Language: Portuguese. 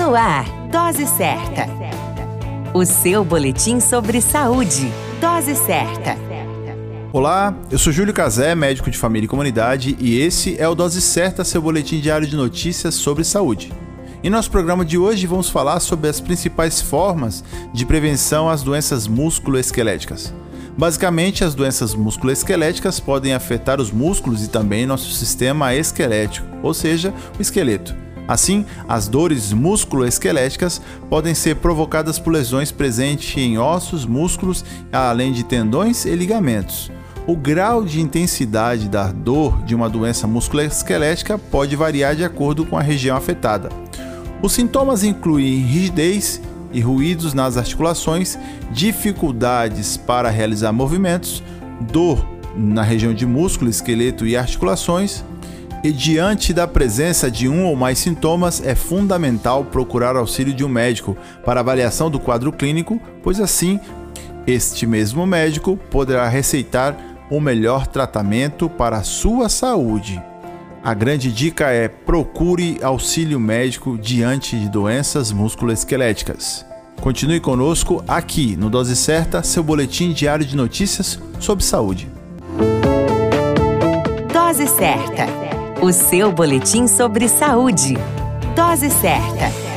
No ar, Dose Certa. O seu boletim sobre saúde. Dose Certa. Olá, eu sou Júlio Cazé, médico de família e comunidade, e esse é o Dose Certa, seu boletim diário de notícias sobre saúde. Em nosso programa de hoje vamos falar sobre as principais formas de prevenção às doenças músculo-esqueléticas. Basicamente, as doenças músculo-esqueléticas podem afetar os músculos e também nosso sistema esquelético, ou seja, o esqueleto. Assim, as dores músculo-esqueléticas podem ser provocadas por lesões presentes em ossos, músculos, além de tendões e ligamentos. O grau de intensidade da dor de uma doença músculo-esquelética pode variar de acordo com a região afetada. Os sintomas incluem rigidez e ruídos nas articulações, dificuldades para realizar movimentos, dor na região de músculo, esqueleto e articulações. E diante da presença de um ou mais sintomas, é fundamental procurar auxílio de um médico para avaliação do quadro clínico, pois assim, este mesmo médico poderá receitar o melhor tratamento para a sua saúde. A grande dica é: procure auxílio médico diante de doenças músculo-esqueléticas. Continue conosco aqui no Dose Certa, seu boletim diário de notícias sobre saúde. Dose Certa. O seu boletim sobre saúde. Dose Certa.